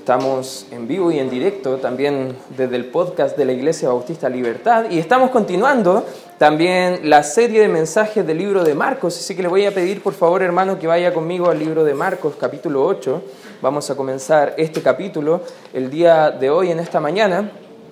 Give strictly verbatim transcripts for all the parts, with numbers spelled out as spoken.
Estamos en vivo y en directo también desde el podcast de la Iglesia Bautista Libertad y estamos continuando también la serie de mensajes del libro de Marcos, así que le voy a pedir por favor, hermano, que vaya conmigo al libro de Marcos, capítulo ocho. Vamos a comenzar este capítulo el día de hoy, en esta mañana.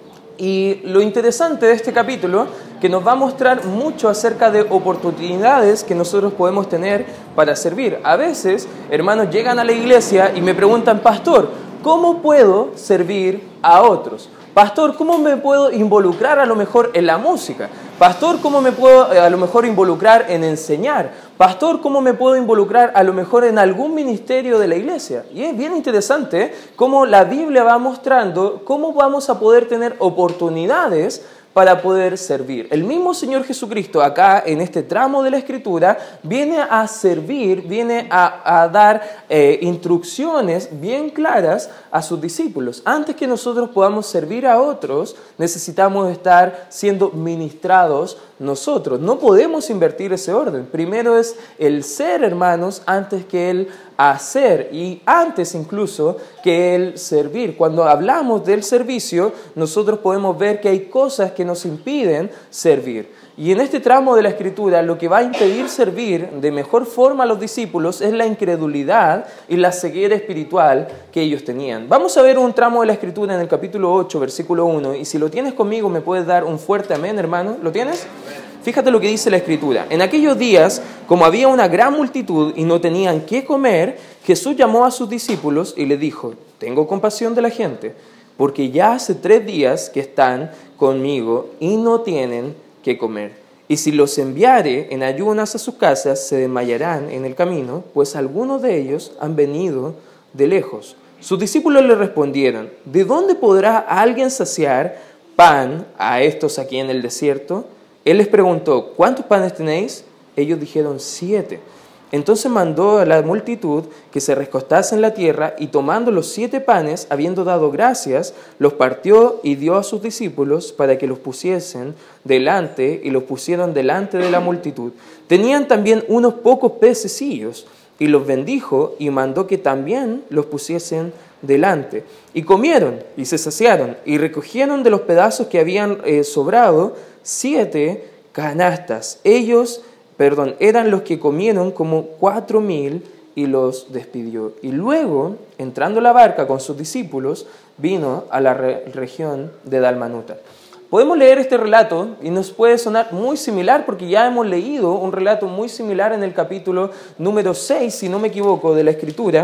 Y lo interesante de este capítulo, que nos va a mostrar mucho acerca de oportunidades que nosotros podemos tener para servir. A veces, hermanos, llegan a la iglesia y me preguntan, pastor, ¿cómo puedo servir a otros? Pastor, ¿cómo me puedo involucrar a lo mejor en la música? Pastor, ¿cómo me puedo a lo mejor involucrar en enseñar? Pastor, ¿cómo me puedo involucrar a lo mejor en algún ministerio de la iglesia? Y es bien interesante ¿eh? cómo la Biblia va mostrando cómo vamos a poder tener oportunidades para poder servir. El mismo Señor Jesucristo acá en este tramo de la Escritura viene a servir, viene a, a dar eh, instrucciones bien claras a sus discípulos. Antes que nosotros podamos servir a otros, necesitamos estar siendo ministrados nosotros. No podemos invertir ese orden. Primero es el ser, hermanos, antes que el hacer y antes incluso que el servir. Cuando hablamos del servicio, nosotros podemos ver que hay cosas que nos impiden servir. Y en este tramo de la Escritura, lo que va a impedir servir de mejor forma a los discípulos es la incredulidad y la ceguera espiritual que ellos tenían. Vamos a ver un tramo de la Escritura en el capítulo ocho, versículo uno, y si lo tienes conmigo, ¿me puedes dar un fuerte amén, hermano? ¿Lo tienes? Fíjate lo que dice la Escritura. En aquellos días, como había una gran multitud y no tenían qué comer, Jesús llamó a sus discípulos y les dijo, tengo compasión de la gente, porque ya hace tres días que están conmigo y no tienen qué comer. Y si los enviare en ayunas a sus casas, se desmayarán en el camino, pues algunos de ellos han venido de lejos. Sus discípulos le respondieron, ¿de dónde podrá alguien saciar pan a estos aquí en el desierto? Él les preguntó, ¿cuántos panes tenéis? Ellos dijeron, siete. Entonces mandó a la multitud que se recostase en la tierra y tomando los siete panes, habiendo dado gracias, los partió y dio a sus discípulos para que los pusiesen delante y los pusieron delante de la multitud. Tenían también unos pocos pececillos y los bendijo y mandó que también los pusiesen delante. Y comieron y se saciaron y recogieron de los pedazos que habían eh, sobrado siete canastas. Ellos Perdón, eran los que comieron como cuatro mil y los despidió. Y luego, entrando en la barca con sus discípulos, vino a la re- región de Dalmanuta. Podemos leer este relato y nos puede sonar muy similar porque ya hemos leído un relato muy similar en el capítulo número seis, si no me equivoco, de la Escritura.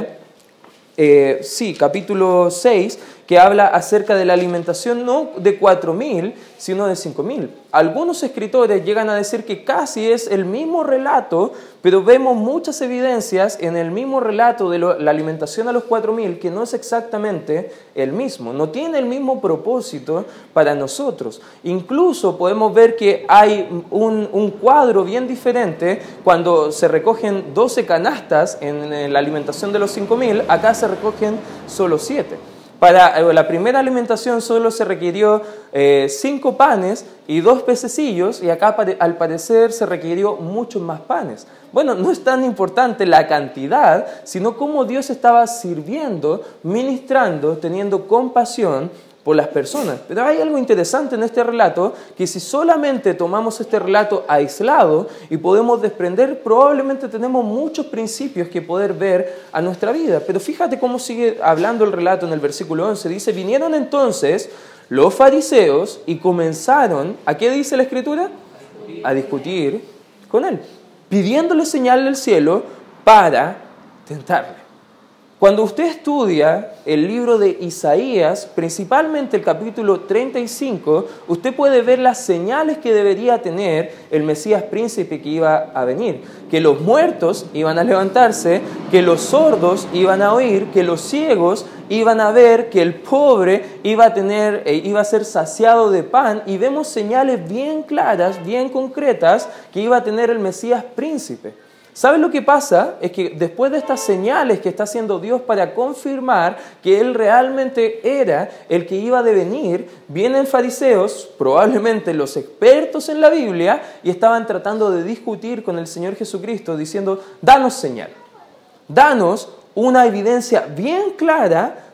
Eh, sí, capítulo seis, que habla acerca de la alimentación no de cuatro mil, sino de cinco mil. Algunos escritores llegan a decir que casi es el mismo relato, pero vemos muchas evidencias en el mismo relato de lo, la alimentación a los cuatro mil que no es exactamente el mismo, no tiene el mismo propósito para nosotros. Incluso podemos ver que hay un, un cuadro bien diferente cuando se recogen doce canastas en, en la alimentación de los cinco mil, acá se recogen solo siete. Para la primera alimentación solo se requirió eh, cinco panes y dos pececillos, y acá al parecer se requirió muchos más panes. Bueno, no es tan importante la cantidad, sino cómo Dios estaba sirviendo, ministrando, teniendo compasión por las personas. Pero hay algo interesante en este relato, que si solamente tomamos este relato aislado y podemos desprender, probablemente tenemos muchos principios que poder ver a nuestra vida. Pero fíjate cómo sigue hablando el relato en el versículo once. Dice, vinieron entonces los fariseos y comenzaron, ¿a qué dice la Escritura? A discutir con él, pidiéndole señal del cielo para tentarle. Cuando usted estudia el libro de Isaías, principalmente el capítulo treinta y cinco, usted puede ver las señales que debería tener el Mesías príncipe que iba a venir. Que los muertos iban a levantarse, que los sordos iban a oír, que los ciegos iban a ver, que el pobre iba a tener, eh, iba a ser saciado de pan, y vemos señales bien claras, bien concretas, que iba a tener el Mesías príncipe. ¿Sabes lo que pasa? Es que después de estas señales que está haciendo Dios para confirmar que Él realmente era el que iba a devenir, vienen fariseos, probablemente los expertos en la Biblia, y estaban tratando de discutir con el Señor Jesucristo diciendo, danos señal, danos una evidencia bien clara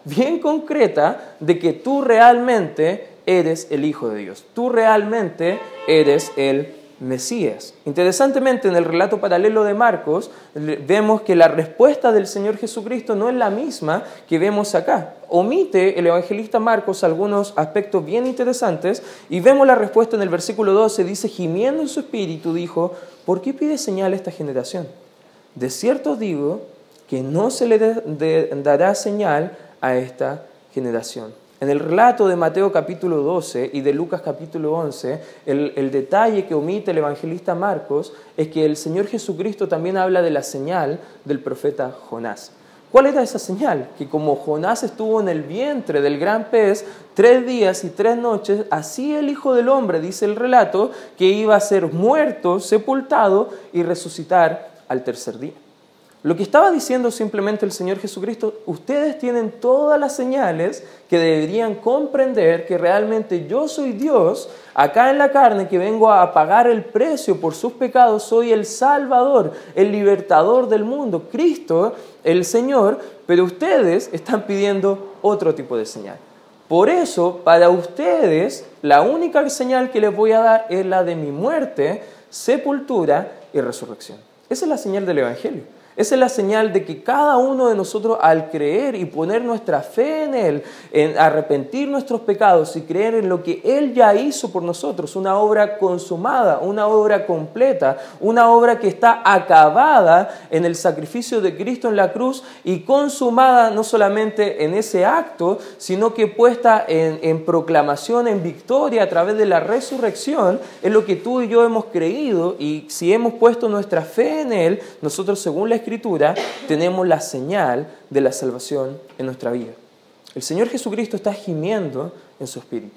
bien concreta de que tú realmente eres el Hijo de Dios. Tú realmente eres el Mesías. Interesantemente, en el relato paralelo de Marcos, vemos que la respuesta del Señor Jesucristo no es la misma que vemos acá. Omite el evangelista Marcos algunos aspectos bien interesantes y vemos la respuesta en el versículo doce. Dice, gimiendo en su espíritu, dijo, ¿por qué pide señal a esta generación? De cierto os digo que no se le de, de, dará señal a esta generación. En el relato de Mateo capítulo doce y de Lucas capítulo once, el, el detalle que omite el evangelista Marcos es que el Señor Jesucristo también habla de la señal del profeta Jonás. ¿Cuál era esa señal? Que como Jonás estuvo en el vientre del gran pez tres días y tres noches, así el Hijo del Hombre, dice el relato, que iba a ser muerto, sepultado y resucitar al tercer día. Lo que estaba diciendo simplemente el Señor Jesucristo, ustedes tienen todas las señales que deberían comprender que realmente yo soy Dios, acá en la carne, que vengo a pagar el precio por sus pecados, soy el Salvador, el libertador del mundo, Cristo, el Señor, pero ustedes están pidiendo otro tipo de señal. Por eso, para ustedes, la única señal que les voy a dar es la de mi muerte, sepultura y resurrección. Esa es la señal del Evangelio. Esa es la señal de que cada uno de nosotros, al creer y poner nuestra fe en Él, en arrepentir nuestros pecados y creer en lo que Él ya hizo por nosotros, una obra consumada, una obra completa, una obra que está acabada en el sacrificio de Cristo en la cruz y consumada no solamente en ese acto, sino que puesta en, en proclamación, en victoria a través de la resurrección, es lo que tú y yo hemos creído, y si hemos puesto nuestra fe en Él, nosotros según la Escritura, tenemos la señal de la salvación en nuestra vida. El Señor Jesucristo está gimiendo en su espíritu.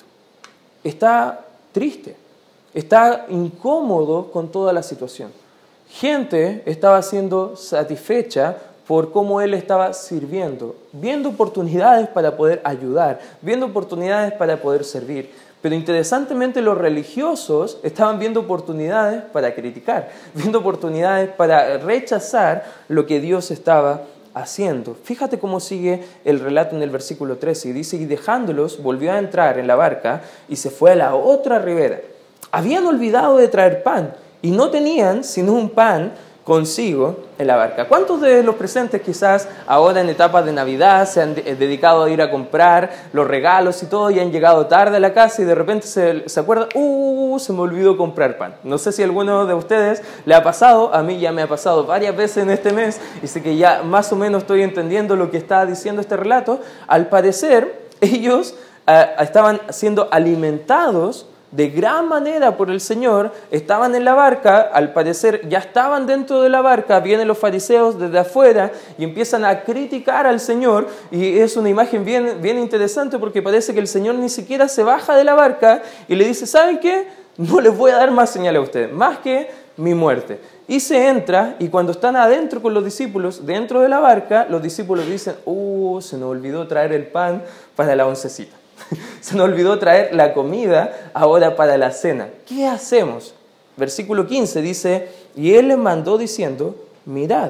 Está triste, está incómodo con toda la situación. Gente estaba siendo satisfecha por cómo Él estaba sirviendo, viendo oportunidades para poder ayudar, viendo oportunidades para poder servir. Pero interesantemente los religiosos estaban viendo oportunidades para criticar, viendo oportunidades para rechazar lo que Dios estaba haciendo. Fíjate cómo sigue el relato en el versículo trece. Y dice, y dejándolos, volvió a entrar en la barca y se fue a la otra ribera. Habían olvidado de traer pan y no tenían sino un pan consigo en la barca. ¿Cuántos de los presentes quizás ahora en etapas de Navidad se han de- dedicado a ir a comprar los regalos y todo y han llegado tarde a la casa y de repente se, se acuerdan, ¡uh! Se me olvidó comprar pan. No sé si a alguno de ustedes le ha pasado, a mí ya me ha pasado varias veces en este mes y sé que ya más o menos estoy entendiendo lo que está diciendo este relato. Al parecer, ellos uh, estaban siendo alimentados de gran manera por el Señor, estaban en la barca, al parecer ya estaban dentro de la barca, vienen los fariseos desde afuera y empiezan a criticar al Señor, y es una imagen bien, bien interesante porque parece que el Señor ni siquiera se baja de la barca y le dice, ¿saben qué? No les voy a dar más señal a ustedes, más que mi muerte. Y se entra, y cuando están adentro con los discípulos, dentro de la barca, los discípulos dicen, ¡uh! Se nos olvidó traer el pan para la oncecita. Se nos olvidó traer la comida ahora para la cena. ¿Qué hacemos? Versículo quince dice, y Él les mandó diciendo, mirad,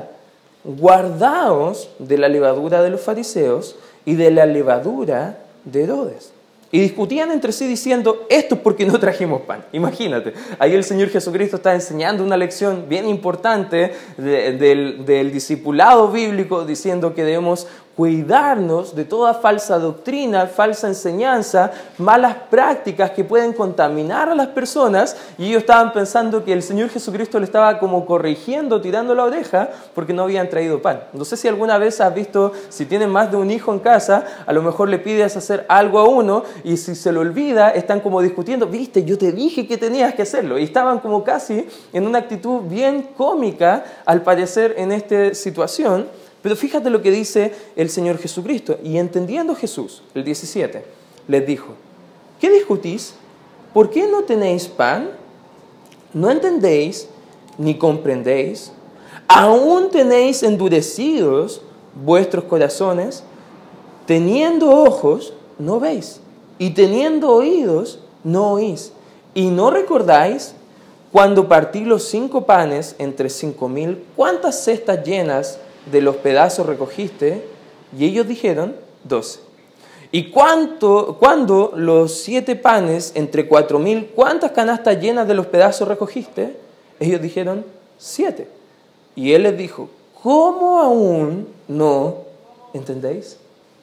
guardaos de la levadura de los fariseos y de la levadura de Herodes. Y discutían entre sí diciendo, esto es porque no trajimos pan. Imagínate, ahí el Señor Jesucristo está enseñando una lección bien importante de, del, del discipulado bíblico, diciendo que debemos cuidarnos de toda falsa doctrina, falsa enseñanza, malas prácticas que pueden contaminar a las personas, y ellos estaban pensando que el Señor Jesucristo le estaba como corrigiendo, tirando la oreja, porque no habían traído pan. No sé si alguna vez has visto, si tienes más de un hijo en casa, a lo mejor le pides hacer algo a uno, y si se lo olvida, están como discutiendo, viste, yo te dije que tenías que hacerlo, y estaban como casi en una actitud bien cómica, al parecer, en esta situación. Pero fíjate lo que dice el Señor Jesucristo. Y entendiendo Jesús, el diecisiete, les dijo, ¿qué discutís? ¿Por qué no tenéis pan? ¿No entendéis ni comprendéis? ¿Aún tenéis endurecidos vuestros corazones? Teniendo ojos, no veis, y teniendo oídos, no oís. ¿Y no recordáis cuando partí los cinco panes entre cinco mil, cuántas cestas llenas de los pedazos recogiste? Y ellos dijeron, doce. ¿Y cuánto, cuando los siete panes entre cuatro mil, cuántas canastas llenas de los pedazos recogiste? Ellos dijeron, siete. Y él les dijo, ¿cómo aún no entendéis?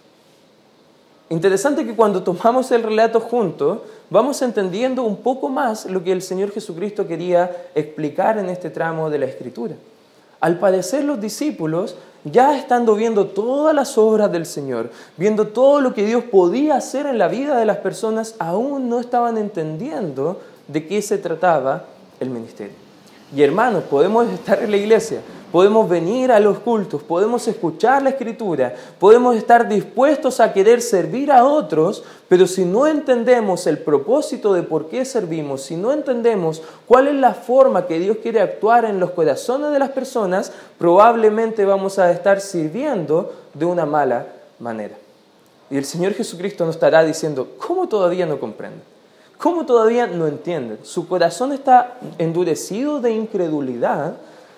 Interesante que cuando tomamos el relato juntos, vamos entendiendo un poco más lo que el Señor Jesucristo quería explicar en este tramo de la Escritura. Al parecer los discípulos, ya estando viendo todas las obras del Señor, viendo todo lo que Dios podía hacer en la vida de las personas, aún no estaban entendiendo de qué se trataba el ministerio. Y hermanos, podemos estar en la iglesia, podemos venir a los cultos, podemos escuchar la Escritura, podemos estar dispuestos a querer servir a otros, pero si no entendemos el propósito de por qué servimos, si no entendemos cuál es la forma que Dios quiere actuar en los corazones de las personas, probablemente vamos a estar sirviendo de una mala manera. Y el Señor Jesucristo nos estará diciendo, ¿cómo todavía no comprenden? ¿Cómo todavía no entienden? Su corazón está endurecido de incredulidad.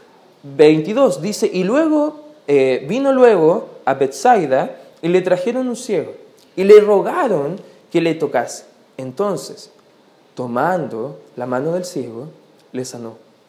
veintidós dice, y luego eh, vino luego a Betsaida y le trajeron un ciego y le rogaron que le tocase. Entonces, tomando la mano del ciego, le sanó.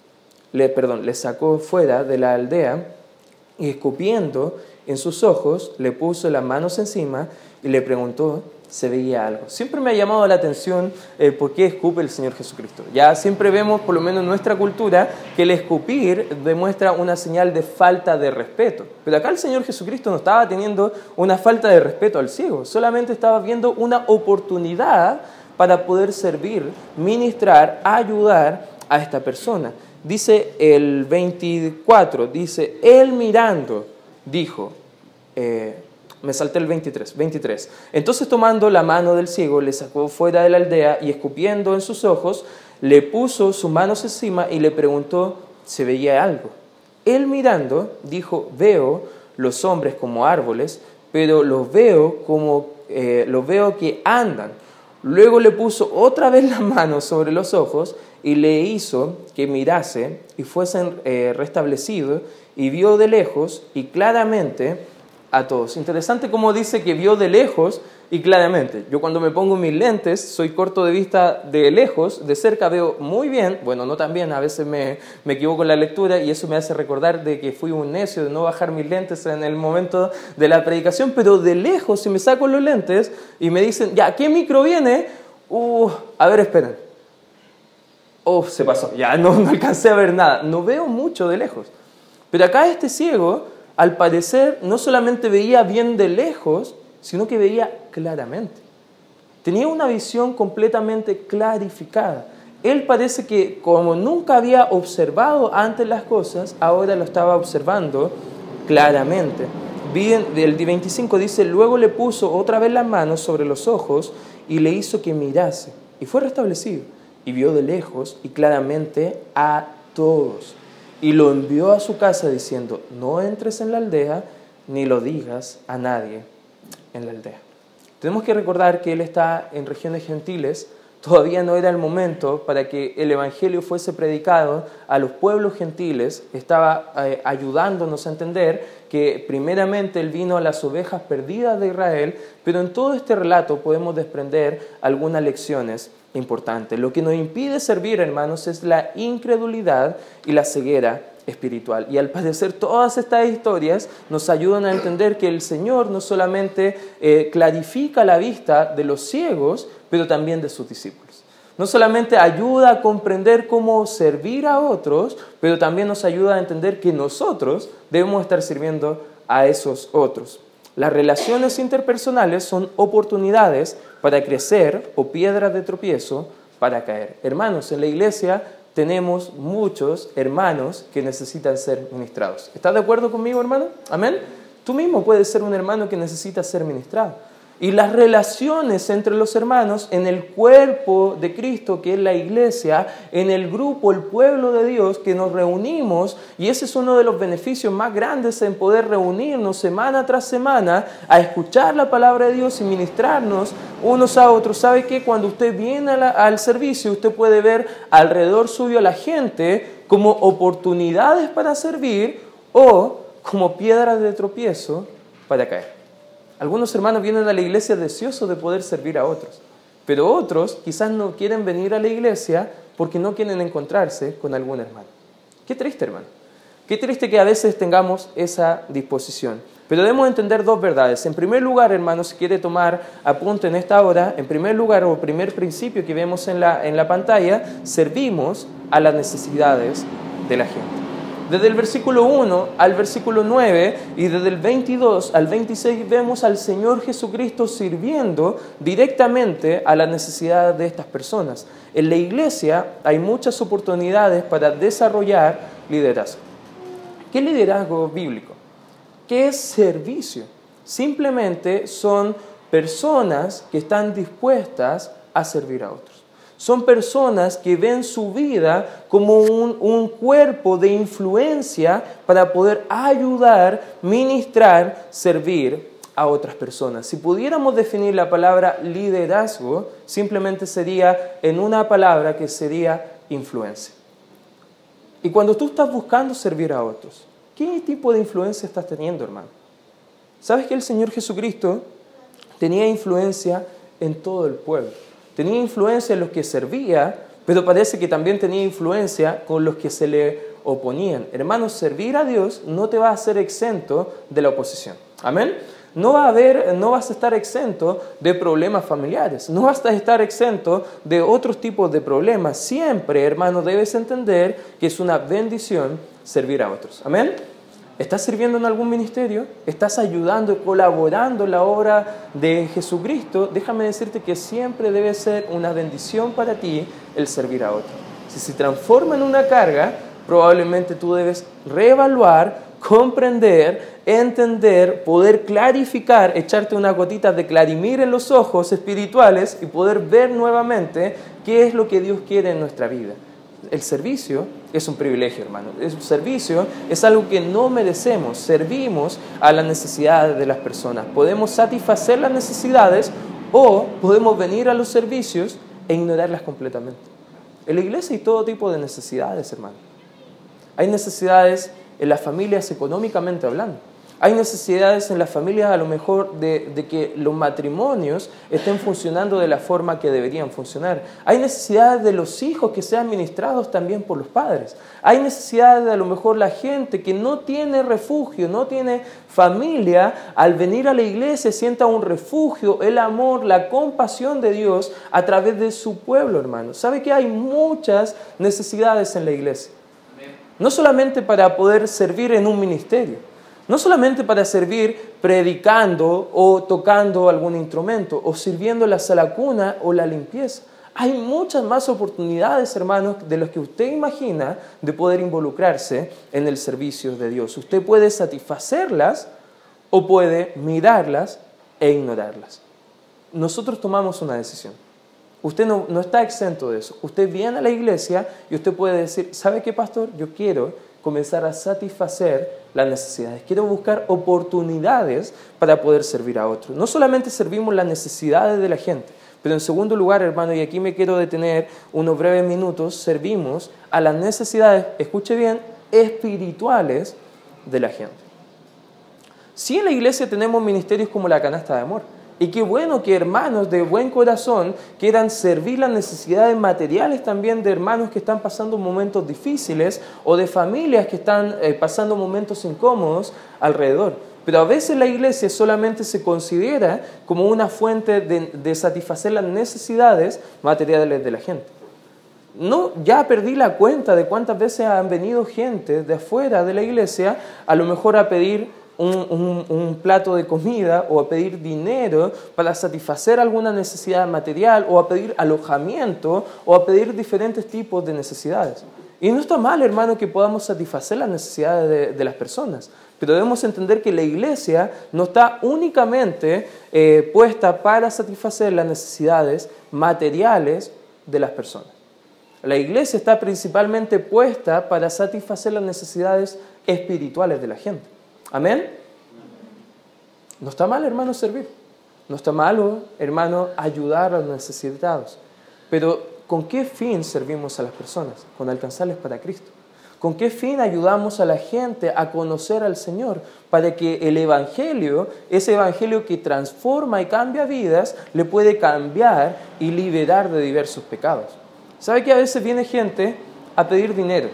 Le, perdón, le sacó fuera de la aldea y escupiendo en sus ojos, le puso las manos encima y le preguntó se veía algo. Siempre me ha llamado la atención eh, por qué escupe el Señor Jesucristo. Ya siempre vemos, por lo menos en nuestra cultura, que el escupir demuestra una señal de falta de respeto. Pero acá el Señor Jesucristo no estaba teniendo una falta de respeto al ciego, solamente estaba viendo una oportunidad para poder servir, ministrar, ayudar a esta persona. Dice el veinticuatro, dice, él mirando, dijo, eh, me salté el veintitrés, veintitrés. Entonces tomando la mano del ciego, le sacó fuera de la aldea y escupiendo en sus ojos, le puso sus manos encima y le preguntó si veía algo. Él mirando, dijo, veo los hombres como árboles, pero los veo como, eh, los veo que andan. Luego le puso otra vez las manos sobre los ojos y le hizo que mirase y fuese eh, restablecido y vio de lejos y claramente a todos. Interesante cómo dice que vio de lejos y claramente. Yo cuando me pongo mis lentes soy corto de vista de lejos, de cerca veo muy bien, bueno, no tan bien, a veces me, me equivoco en la lectura y eso me hace recordar de que fui un necio de no bajar mis lentes en el momento de la predicación, pero de lejos si me saco los lentes y me dicen, ya, ¿qué micro viene? Uh, a ver, esperen. Oh, se pasó, ya no, no alcancé a ver nada, no veo mucho de lejos. Pero acá este ciego, al parecer, no solamente veía bien de lejos, sino que veía claramente. Tenía una visión completamente clarificada. Él parece que, como nunca había observado antes las cosas, ahora lo estaba observando claramente. El veinticinco dice, luego le puso otra vez las manos sobre los ojos y le hizo que mirase. Y fue restablecido. Y vio de lejos y claramente a todos. Y lo envió a su casa diciendo, no entres en la aldea ni lo digas a nadie en la aldea. Tenemos que recordar que él está en regiones gentiles, todavía no era el momento para que el evangelio fuese predicado a los pueblos gentiles, estaba eh, ayudándonos a entender que primeramente él vino a las ovejas perdidas de Israel, pero en todo este relato podemos desprender algunas lecciones importante. Lo que nos impide servir, hermanos, es la incredulidad y la ceguera espiritual. Y al parecer todas estas historias nos ayudan a entender que el Señor no solamente eh, clarifica la vista de los ciegos, pero también de sus discípulos. No solamente ayuda a comprender cómo servir a otros, pero también nos ayuda a entender que nosotros debemos estar sirviendo a esos otros. Las relaciones interpersonales son oportunidades para crecer o piedras de tropiezo para caer. Hermanos, en la iglesia tenemos muchos hermanos que necesitan ser ministrados. ¿Estás de acuerdo conmigo, hermano? ¿Amén? Tú mismo puedes ser un hermano que necesita ser ministrado. Y las relaciones entre los hermanos en el cuerpo de Cristo, que es la iglesia, en el grupo, el pueblo de Dios, que nos reunimos, y ese es uno de los beneficios más grandes en poder reunirnos semana tras semana a escuchar la palabra de Dios y ministrarnos unos a otros. ¿Sabe qué? Cuando usted viene a la, al servicio, usted puede ver alrededor suyo a la gente como oportunidades para servir o como piedras de tropiezo para caer. Algunos hermanos vienen a la iglesia deseosos de poder servir a otros, pero otros quizás no quieren venir a la iglesia porque no quieren encontrarse con algún hermano. Qué triste, hermano. Qué triste que a veces tengamos esa disposición. Pero debemos entender dos verdades. En primer lugar, hermanos, si quiere tomar apunte en esta hora, en primer lugar, o primer principio que vemos en la, en la pantalla, servimos a las necesidades de la gente. Desde el versículo uno al versículo nueve y desde el veintidós al veintiséis vemos al Señor Jesucristo sirviendo directamente a las necesidades de estas personas. En la iglesia hay muchas oportunidades para desarrollar liderazgo. ¿Qué es liderazgo bíblico? ¿Qué es servicio? Simplemente son personas que están dispuestas a servir a otros. Son personas que ven su vida como un, un cuerpo de influencia para poder ayudar, ministrar, servir a otras personas. Si pudiéramos definir la palabra liderazgo, simplemente sería en una palabra que sería influencia. Y cuando tú estás buscando servir a otros, ¿qué tipo de influencia estás teniendo, hermano? ¿Sabes que el Señor Jesucristo tenía influencia en todo el pueblo? Tenía influencia en los que servía, pero parece que también tenía influencia con los que se le oponían. Hermanos, servir a Dios no te va a hacer exento de la oposición. ¿Amén? No va a haber, no vas a estar exento de problemas familiares, no vas a estar exento de otros tipos de problemas. Siempre, hermano, debes entender que es una bendición servir a otros. ¿Amén? ¿Estás sirviendo en algún ministerio? ¿Estás ayudando, colaborando en la obra de Jesucristo? Déjame decirte que siempre debe ser una bendición para ti el servir a otros. Si se transforma en una carga, probablemente tú debes reevaluar, comprender, entender, poder clarificar, echarte una gotita de clarimir en los ojos espirituales y poder ver nuevamente qué es lo que Dios quiere en nuestra vida. El servicio es un privilegio, hermano. El servicio es algo que no merecemos. Servimos a las necesidades de las personas. Podemos satisfacer las necesidades o podemos venir a los servicios e ignorarlas completamente. En la iglesia hay todo tipo de necesidades, hermano. Hay necesidades en las familias económicamente hablando. Hay necesidades en las familias a lo mejor de, de que los matrimonios estén funcionando de la forma que deberían funcionar. Hay necesidades de los hijos que sean ministrados también por los padres. Hay necesidades de a lo mejor la gente que no tiene refugio, no tiene familia, al venir a la iglesia sienta un refugio, el amor, la compasión de Dios a través de su pueblo, hermano. ¿Sabe que hay muchas necesidades en la iglesia? No solamente para poder servir en un ministerio. No solamente para servir predicando o tocando algún instrumento o sirviendo la sala cuna o la limpieza. Hay muchas más oportunidades, hermanos, de las que usted imagina de poder involucrarse en el servicio de Dios. Usted puede satisfacerlas o puede mirarlas e ignorarlas. Nosotros tomamos una decisión. Usted no, no está exento de eso. Usted viene a la iglesia y usted puede decir, ¿sabe qué, pastor? Yo quiero comenzar a satisfacer las necesidades. Quiero buscar oportunidades para poder servir a otros. No solamente servimos las necesidades de la gente, pero en segundo lugar, hermano, y aquí me quiero detener unos breves minutos, servimos a las necesidades, escuche bien, espirituales de la gente. Sí, en la iglesia tenemos ministerios como la canasta de amor. Y qué bueno que hermanos de buen corazón quieran servir las necesidades materiales también de hermanos que están pasando momentos difíciles o de familias que están eh, pasando momentos incómodos alrededor. Pero a veces la iglesia solamente se considera como una fuente de, de satisfacer las necesidades materiales de la gente. No, ya perdí la cuenta de cuántas veces han venido gente de afuera de la iglesia a lo mejor a pedir Un, un, un plato de comida o a pedir dinero para satisfacer alguna necesidad material o a pedir alojamiento o a pedir diferentes tipos de necesidades. Y no está mal, hermano, que podamos satisfacer las necesidades de, de las personas, pero debemos entender que la iglesia no está únicamente eh, puesta para satisfacer las necesidades materiales de las personas. La iglesia está principalmente puesta para satisfacer las necesidades espirituales de la gente. Amén. No está mal, hermano, servir. No está malo, hermano, ayudar a los necesitados. Pero ¿con qué fin servimos a las personas? Con alcanzarles para Cristo. ¿Con qué fin ayudamos a la gente a conocer al Señor? Para que el Evangelio, ese Evangelio que transforma y cambia vidas, le puede cambiar y liberar de diversos pecados. ¿Sabe que a veces viene gente a pedir dinero?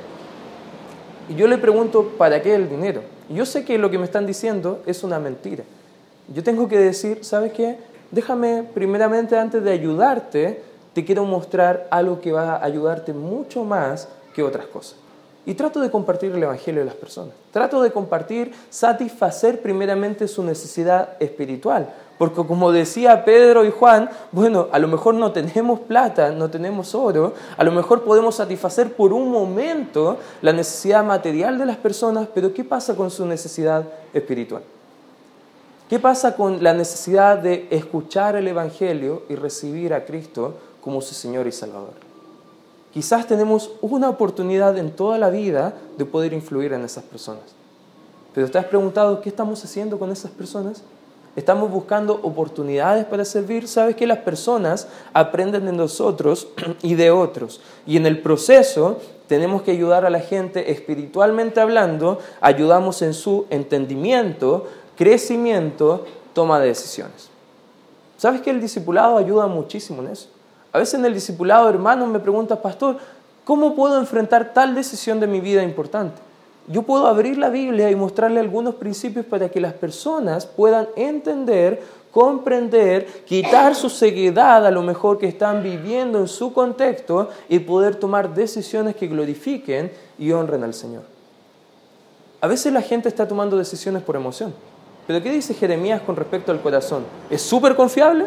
Y yo le pregunto, ¿para qué el dinero? Y yo sé que lo que me están diciendo es una mentira. Yo tengo que decir, ¿sabes qué? Déjame, primeramente, antes de ayudarte, te quiero mostrar algo que va a ayudarte mucho más que otras cosas. Y trato de compartir el Evangelio de las personas. Trato de compartir, satisfacer primeramente su necesidad espiritual. Porque como decía Pedro y Juan, bueno, a lo mejor no tenemos plata, no tenemos oro, a lo mejor podemos satisfacer por un momento la necesidad material de las personas, pero ¿qué pasa con su necesidad espiritual? ¿Qué pasa con la necesidad de escuchar el Evangelio y recibir a Cristo como su Señor y Salvador? Quizás tenemos una oportunidad en toda la vida de poder influir en esas personas. Pero ¿te has preguntado qué estamos haciendo con esas personas? ¿Estamos buscando oportunidades para servir? ¿Sabes que las personas aprenden de nosotros y de otros? Y en el proceso tenemos que ayudar a la gente espiritualmente hablando, ayudamos en su entendimiento, crecimiento, toma de decisiones. ¿Sabes que el discipulado ayuda muchísimo en eso? A veces en el discipulado, hermanos, me preguntan, pastor, ¿cómo puedo enfrentar tal decisión de mi vida importante? Yo puedo abrir la Biblia y mostrarle algunos principios para que las personas puedan entender, comprender, quitar su ceguedad a lo mejor que están viviendo en su contexto y poder tomar decisiones que glorifiquen y honren al Señor. A veces la gente está tomando decisiones por emoción. ¿Pero qué dice Jeremías con respecto al corazón? ¿Es súper confiable?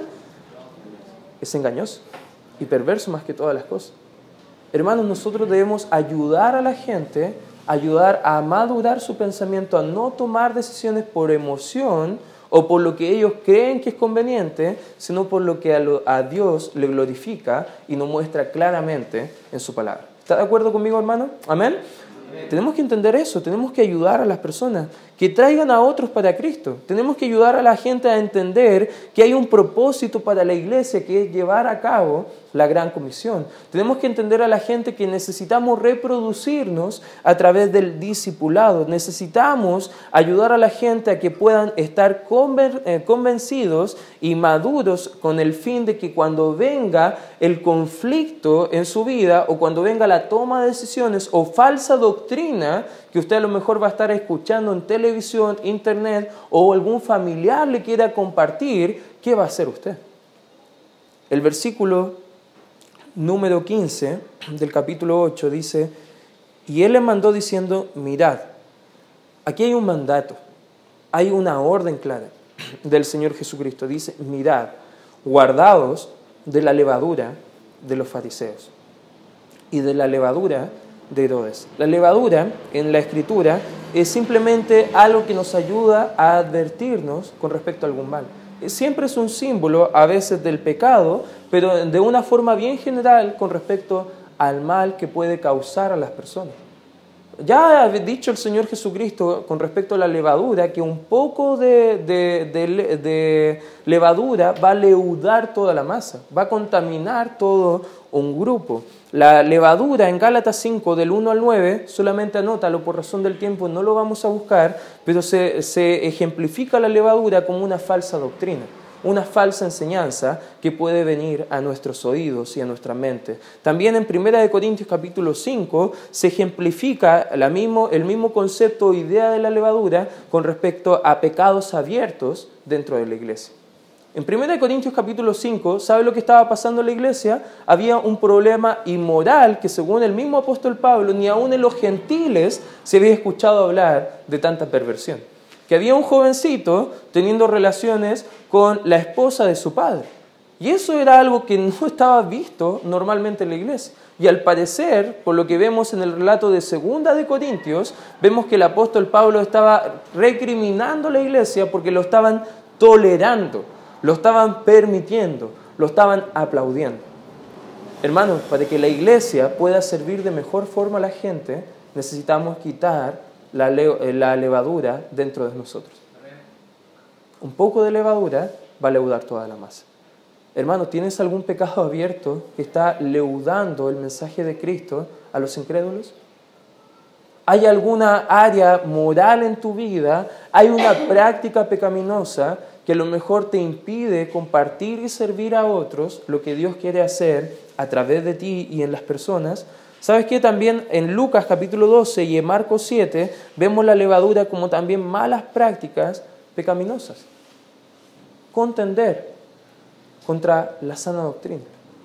Es engañoso y perverso más que todas las cosas. Hermanos, nosotros debemos ayudar a la gente, ayudar a madurar su pensamiento, a no tomar decisiones por emoción o por lo que ellos creen que es conveniente, sino por lo que a, lo, a Dios le glorifica y nos muestra claramente en su palabra. ¿Está de acuerdo conmigo, hermano? ¿Amén? Amén. Tenemos que entender eso, tenemos que ayudar a las personas que traigan a otros para Cristo. Tenemos que ayudar a la gente a entender que hay un propósito para la iglesia, que es llevar a cabo la gran comisión. Tenemos que entender a la gente que necesitamos reproducirnos a través del discipulado. Necesitamos ayudar a la gente a que puedan estar convencidos y maduros con el fin de que cuando venga el conflicto en su vida o cuando venga la toma de decisiones o falsa doctrina que usted a lo mejor va a estar escuchando en televisión, internet o algún familiar le quiera compartir, ¿qué va a hacer usted? El versículo número quince del capítulo ocho dice, y él le mandó diciendo, mirad, aquí hay un mandato, hay una orden clara del Señor Jesucristo. Dice, mirad, guardaos de la levadura de los fariseos y de la levadura de Herodes. La levadura en la Escritura es simplemente algo que nos ayuda a advertirnos con respecto a algún mal. Siempre es un símbolo a veces del pecado, pero de una forma bien general con respecto al mal que puede causar a las personas. Ya ha dicho el Señor Jesucristo con respecto a la levadura que un poco de, de, de, de levadura va a leudar toda la masa, va a contaminar todo un grupo. La levadura en Gálatas cinco del uno al nueve, solamente anótalo por razón del tiempo, no lo vamos a buscar, pero se, se ejemplifica la levadura como una falsa doctrina, una falsa enseñanza que puede venir a nuestros oídos y a nuestra mente. También en primera de Corintios capítulo cinco se ejemplifica la mismo, el mismo concepto o idea de la levadura con respecto a pecados abiertos dentro de la iglesia. En primera de Corintios capítulo cinco, ¿sabe lo que estaba pasando en la iglesia? Había un problema inmoral que según el mismo apóstol Pablo, ni aún en los gentiles se había escuchado hablar de tanta perversión. Que había un jovencito teniendo relaciones con la esposa de su padre. Y eso era algo que no estaba visto normalmente en la iglesia. Y al parecer, por lo que vemos en el relato de segunda de Corintios, vemos que el apóstol Pablo estaba recriminando a la iglesia porque lo estaban tolerando, lo estaban permitiendo, lo estaban aplaudiendo. Hermanos, para que la iglesia pueda servir de mejor forma a la gente, necesitamos quitar la, le- la levadura dentro de nosotros. Un poco de levadura va a leudar toda la masa. Hermano, ¿tienes algún pecado abierto que está leudando el mensaje de Cristo a los incrédulos? hay alguna área moral en tu vida, hay una práctica pecaminosa que a lo mejor te impide compartir y servir a otros lo que Dios quiere hacer a través de ti y en las personas. ¿Sabes qué? También en Lucas capítulo doce y en Marcos siete vemos la levadura como también malas prácticas pecaminosas. Contender contra la sana doctrina.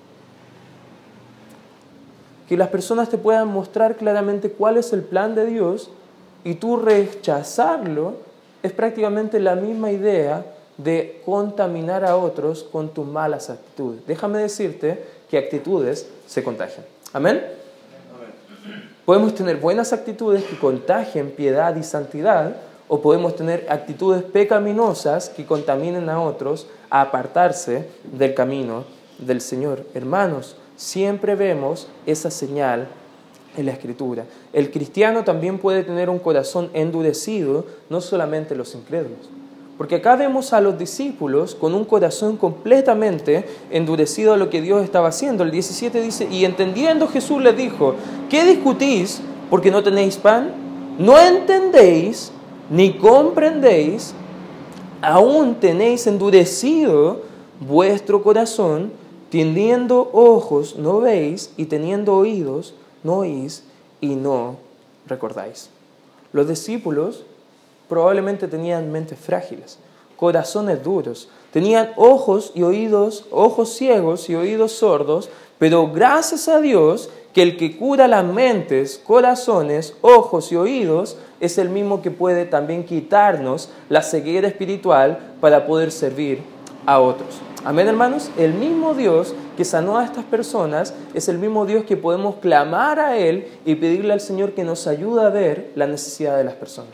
Que las personas te puedan mostrar claramente cuál es el plan de Dios y tú rechazarlo es prácticamente la misma idea de contaminar a otros con tus malas actitudes. Déjame decirte que actitudes se contagian. ¿Amén? Podemos tener buenas actitudes que contagien piedad y santidad, o podemos tener actitudes pecaminosas que contaminen a otros a apartarse del camino del Señor. Hermanos, siempre vemos esa señal en la Escritura. El cristiano también puede tener un corazón endurecido, no solamente los incrédulos. Porque acá vemos a los discípulos con un corazón completamente endurecido a lo que Dios estaba haciendo. El diecisiete dice, y entendiendo Jesús les dijo, ¿qué discutís porque no tenéis pan? ¿No entendéis ni comprendéis? Aún tenéis endurecido vuestro corazón, teniendo ojos no veis y teniendo oídos no oís y no recordáis. Los discípulos probablemente tenían mentes frágiles, corazones duros, tenían ojos y oídos, ojos ciegos y oídos sordos, pero gracias a Dios que el que cura las mentes, corazones, ojos y oídos es el mismo que puede también quitarnos la ceguera espiritual para poder servir a otros. Amén, hermanos. El mismo Dios que sanó a estas personas es el mismo Dios que podemos clamar a Él y pedirle al Señor que nos ayude a ver la necesidad de las personas.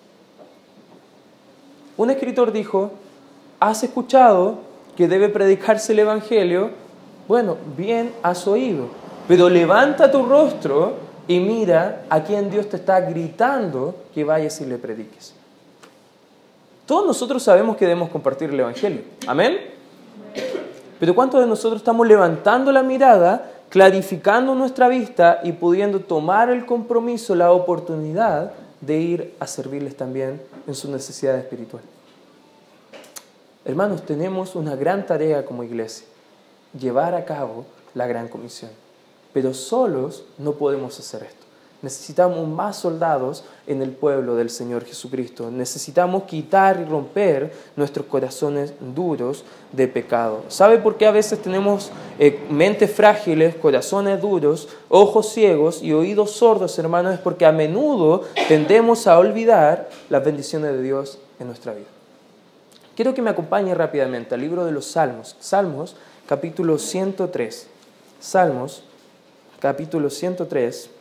Un escritor dijo, ¿has escuchado que debe predicarse el Evangelio? Bueno, bien has oído, pero levanta tu rostro y mira a quien Dios te está gritando que vayas y le prediques. Todos nosotros sabemos que debemos compartir el Evangelio. ¿Amén? Pero ¿cuántos de nosotros estamos levantando la mirada, clarificando nuestra vista y pudiendo tomar el compromiso, la oportunidad de ir a servirles también en su necesidad espiritual? Hermanos, tenemos una gran tarea como iglesia, llevar a cabo la gran comisión. Pero solos no podemos hacer esto. Necesitamos más soldados en el pueblo del Señor Jesucristo. Necesitamos quitar y romper nuestros corazones duros de pecado. ¿Sabe por qué a veces tenemos eh, mentes frágiles, corazones duros, ojos ciegos y oídos sordos, hermanos? Es porque a menudo tendemos a olvidar las bendiciones de Dios en nuestra vida. Quiero que me acompañe rápidamente al libro de los Salmos. Salmos, capítulo ciento tres. Salmos, capítulo ciento tres.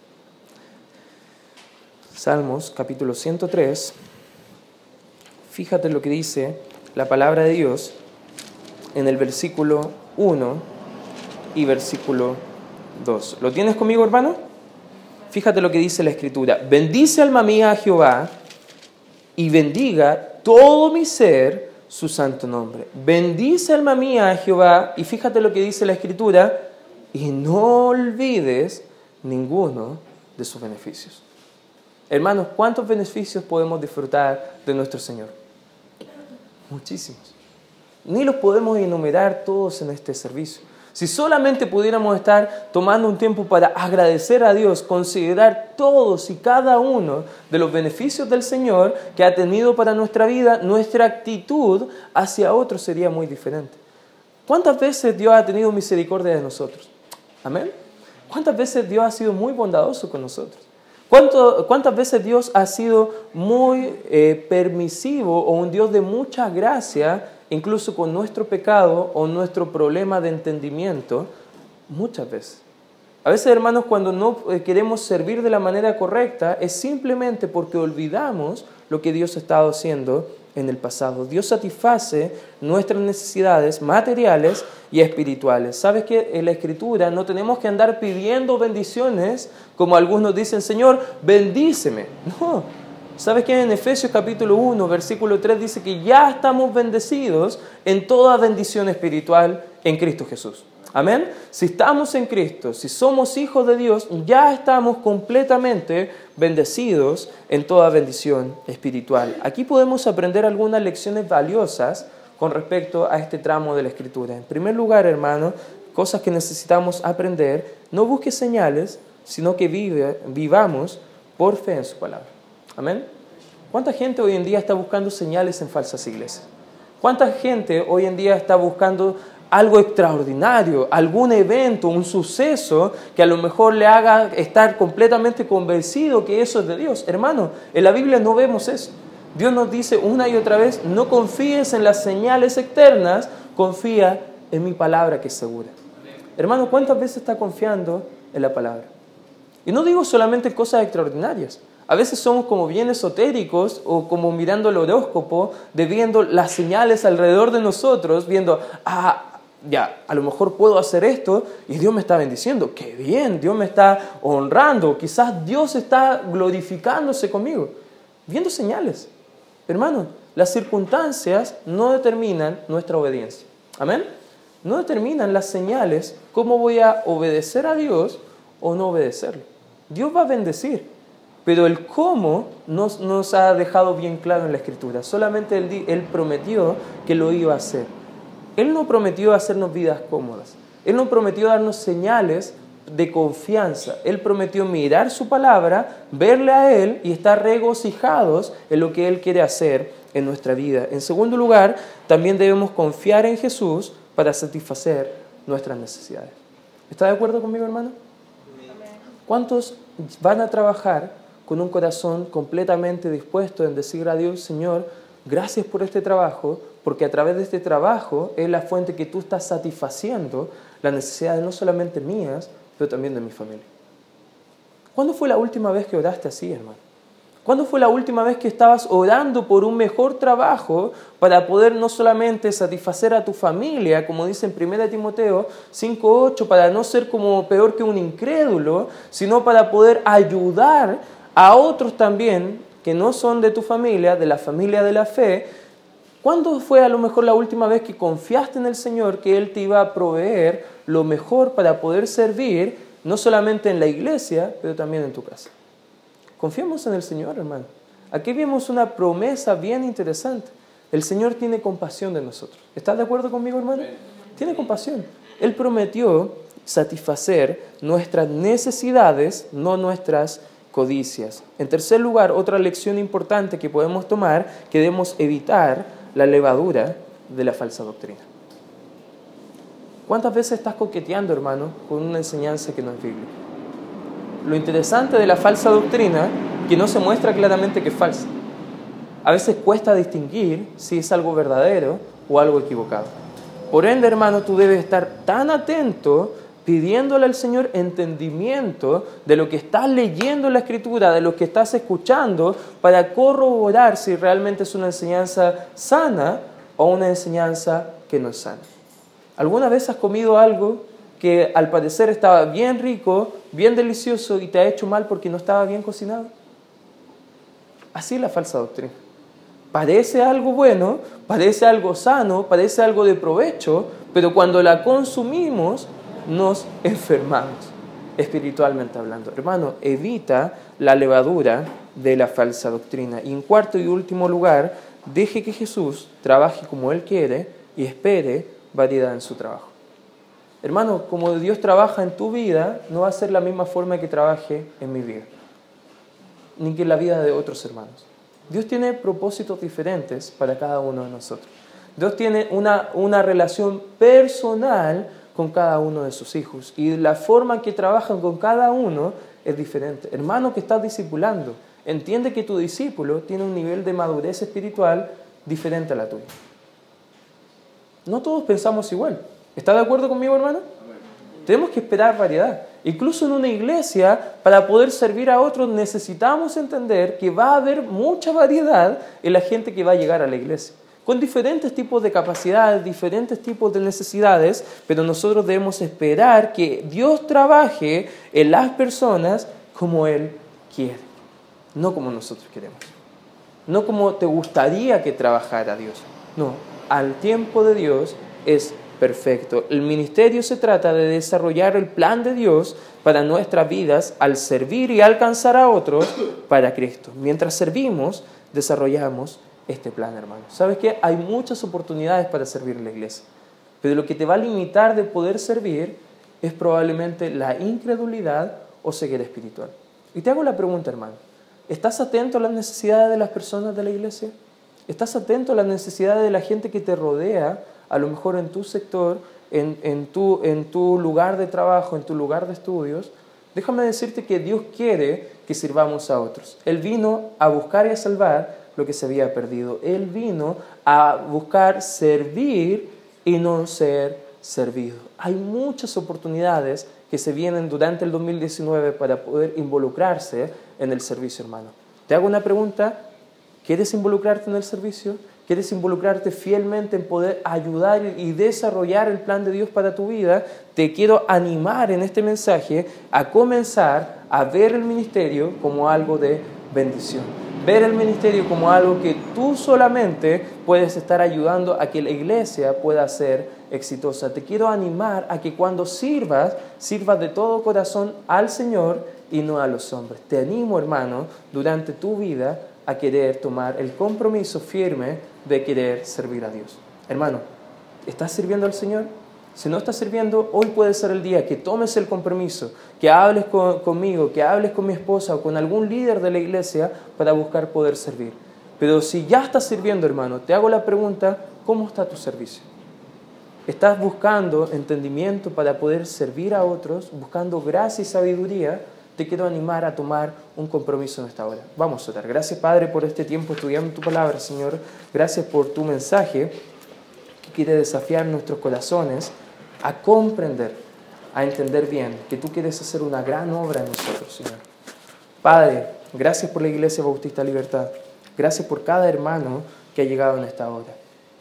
Salmos, capítulo ciento tres. Fíjate lo que dice la palabra de Dios en el versículo uno y versículo dos. ¿Lo tienes conmigo, hermano? Fíjate lo que dice la Escritura. Bendice alma mía a Jehová y bendiga todo mi ser su santo nombre. Bendice alma mía a Jehová y fíjate lo que dice la Escritura y no olvides ninguno de sus beneficios. Hermanos, ¿cuántos beneficios podemos disfrutar de nuestro Señor? Muchísimos. Ni los podemos enumerar todos en este servicio. Si solamente pudiéramos estar tomando un tiempo para agradecer a Dios, considerar todos y cada uno de los beneficios del Señor que ha tenido para nuestra vida, nuestra actitud hacia otros sería muy diferente. ¿Cuántas veces Dios ha tenido misericordia de nosotros? ¿Amén? ¿Cuántas veces Dios ha sido muy bondadoso con nosotros? ¿Cuánto, ¿Cuántas veces Dios ha sido muy eh, permisivo o un Dios de mucha gracia, incluso con nuestro pecado o nuestro problema de entendimiento? Muchas veces. A veces, hermanos, cuando no queremos servir de la manera correcta, es simplemente porque olvidamos lo que Dios ha estado haciendo en el pasado. Dios satisface nuestras necesidades materiales y espirituales. ¿Sabes qué? En la Escritura no tenemos que andar pidiendo bendiciones como algunos dicen, Señor, bendíceme. No. ¿Sabes qué? En Efesios capítulo uno, versículo tres dice que ya estamos bendecidos en toda bendición espiritual en Cristo Jesús. Amén. Si estamos en Cristo, si somos hijos de Dios, ya estamos completamente bendecidos en toda bendición espiritual. Aquí podemos aprender algunas lecciones valiosas con respecto a este tramo de la Escritura. En primer lugar, hermano, cosas que necesitamos aprender: no busques señales, sino que vive, vivamos por fe en su palabra. Amén. ¿Cuánta gente hoy en día está buscando señales en falsas iglesias? ¿Cuánta gente hoy en día está buscando algo extraordinario, algún evento, un suceso que a lo mejor le haga estar completamente convencido que eso es de Dios? Hermano, en la Biblia no vemos eso. Dios nos dice una y otra vez: no confíes en las señales externas, confía en mi palabra que es segura. Hermano, ¿cuántas veces está confiando en la palabra? Y no digo solamente cosas extraordinarias. A veces somos como bien esotéricos o como mirando el horóscopo, de viendo las señales alrededor de nosotros, viendo, ah, ya, a lo mejor puedo hacer esto y Dios me está bendiciendo. ¡Qué bien! Dios me está honrando. Quizás Dios está glorificándose conmigo. Viendo señales. Hermano, las circunstancias no determinan nuestra obediencia. ¿Amén? No determinan las señales cómo voy a obedecer a Dios o no obedecerlo. Dios va a bendecir, pero el cómo nos, nos ha dejado bien claro en la Escritura. Solamente Él, Él prometió que lo iba a hacer. Él no prometió hacernos vidas cómodas. Él no prometió darnos señales de confianza. Él prometió mirar su palabra, verle a Él y estar regocijados en lo que Él quiere hacer en nuestra vida. En segundo lugar, también debemos confiar en Jesús para satisfacer nuestras necesidades. ¿Está de acuerdo conmigo, hermano? ¿Cuántos van a trabajar con un corazón completamente dispuesto en decir a Dios: Señor, gracias por este trabajo, porque a través de este trabajo es la fuente que tú estás satisfaciendo las necesidades no solamente mías, pero también de mi familia? ¿Cuándo fue la última vez que oraste así, hermano? ¿Cuándo fue la última vez que estabas orando por un mejor trabajo para poder no solamente satisfacer a tu familia, como dice en primera Timoteo cinco ocho, para no ser como peor que un incrédulo, sino para poder ayudar a otros también que no son de tu familia, de la familia de la fe? ¿Cuándo fue a lo mejor la última vez que confiaste en el Señor que Él te iba a proveer lo mejor para poder servir, no solamente en la iglesia, pero también en tu casa? Confiemos en el Señor, hermano. Aquí vemos una promesa bien interesante. El Señor tiene compasión de nosotros. ¿Estás de acuerdo conmigo, hermano? Tiene compasión. Él prometió satisfacer nuestras necesidades, no nuestras codicias. En tercer lugar, otra lección importante que podemos tomar, que debemos evitar la levadura de la falsa doctrina. ¿Cuántas veces estás coqueteando, hermano, con una enseñanza que no es bíblica? Lo interesante de la falsa doctrina es que no se muestra claramente que es falsa. A veces cuesta distinguir si es algo verdadero o algo equivocado. Por ende, hermano, tú debes estar tan atento pidiéndole al Señor entendimiento de lo que estás leyendo en la Escritura, de lo que estás escuchando, para corroborar si realmente es una enseñanza sana o una enseñanza que no es sana. ¿Alguna vez has comido algo que al parecer estaba bien rico, bien delicioso y te ha hecho mal porque no estaba bien cocinado? Así es la falsa doctrina. Parece algo bueno, parece algo sano, parece algo de provecho, pero cuando la consumimos nos enfermamos, espiritualmente hablando. Hermano, evita la levadura de la falsa doctrina. Y en cuarto y último lugar, deje que Jesús trabaje como Él quiere y espere variedad en su trabajo. Hermano, como Dios trabaja en tu vida, no va a ser la misma forma que trabaje en mi vida, ni que en la vida de otros hermanos. Dios tiene propósitos diferentes para cada uno de nosotros. Dios tiene una, una relación personal con cada uno de sus hijos, y la forma que trabajan con cada uno es diferente. Hermano que estás discipulando, entiende que tu discípulo tiene un nivel de madurez espiritual diferente a la tuya. No todos pensamos igual. ¿Está de acuerdo conmigo, hermano? Tenemos que esperar variedad. Incluso en una iglesia, para poder servir a otros, necesitamos entender que va a haber mucha variedad en la gente que va a llegar a la iglesia, con diferentes tipos de capacidades, diferentes tipos de necesidades, pero nosotros debemos esperar que Dios trabaje en las personas como Él quiere, no como nosotros queremos, no como te gustaría que trabajara Dios. No, al tiempo de Dios es perfecto. El ministerio se trata de desarrollar el plan de Dios para nuestras vidas al servir y alcanzar a otros para Cristo. Mientras servimos, desarrollamos este plan, hermano. ¿Sabes qué? Hay muchas oportunidades para servir en la iglesia, pero lo que te va a limitar de poder servir es probablemente la incredulidad o ceguera espiritual. Y te hago la pregunta, hermano, ¿estás atento a las necesidades de las personas de la iglesia? ¿Estás atento a las necesidades de la gente que te rodea, a lo mejor en tu sector, en, en, tu, en tu lugar de trabajo, en tu lugar de estudios? Déjame decirte que Dios quiere que sirvamos a otros. Él vino a buscar y a salvar lo que se había perdido. Él vino a buscar servir y no ser servido. Hay muchas oportunidades que se vienen durante el dos mil diecinueve para poder involucrarse en el servicio, hermano. Te hago una pregunta. ¿Quieres involucrarte en el servicio? ¿Quieres involucrarte fielmente en poder ayudar y desarrollar el plan de Dios para tu vida? Te quiero animar en este mensaje a comenzar a ver el ministerio como algo de bendición. Ver el ministerio como algo que tú solamente puedes estar ayudando a que la iglesia pueda ser exitosa. Te quiero animar a que cuando sirvas, sirvas de todo corazón al Señor y no a los hombres. Te animo, hermano, durante tu vida a querer tomar el compromiso firme de querer servir a Dios. Hermano, ¿estás sirviendo al Señor? Si no estás sirviendo, hoy puede ser el día que tomes el compromiso, que hables con, conmigo, que hables con mi esposa o con algún líder de la iglesia para buscar poder servir. Pero si ya estás sirviendo, hermano, te hago la pregunta, ¿cómo está tu servicio? ¿Estás buscando entendimiento para poder servir a otros, buscando gracia y sabiduría? Te quiero animar a tomar un compromiso en esta hora. Vamos a orar. Gracias, Padre, por este tiempo estudiando tu palabra, Señor. Gracias por tu mensaje que quiere desafiar nuestros corazones a comprender, a entender bien que tú quieres hacer una gran obra en nosotros, Señor. Padre, gracias por la Iglesia Bautista Libertad. Gracias por cada hermano que ha llegado en esta hora.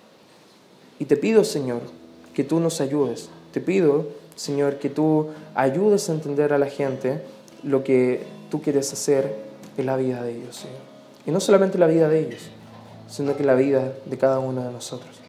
Y te pido, Señor, que tú nos ayudes. Te pido, Señor, que tú ayudes a entender a la gente lo que tú quieres hacer en la vida de ellos, Señor. Y no solamente la vida de ellos, sino que la vida de cada uno de nosotros.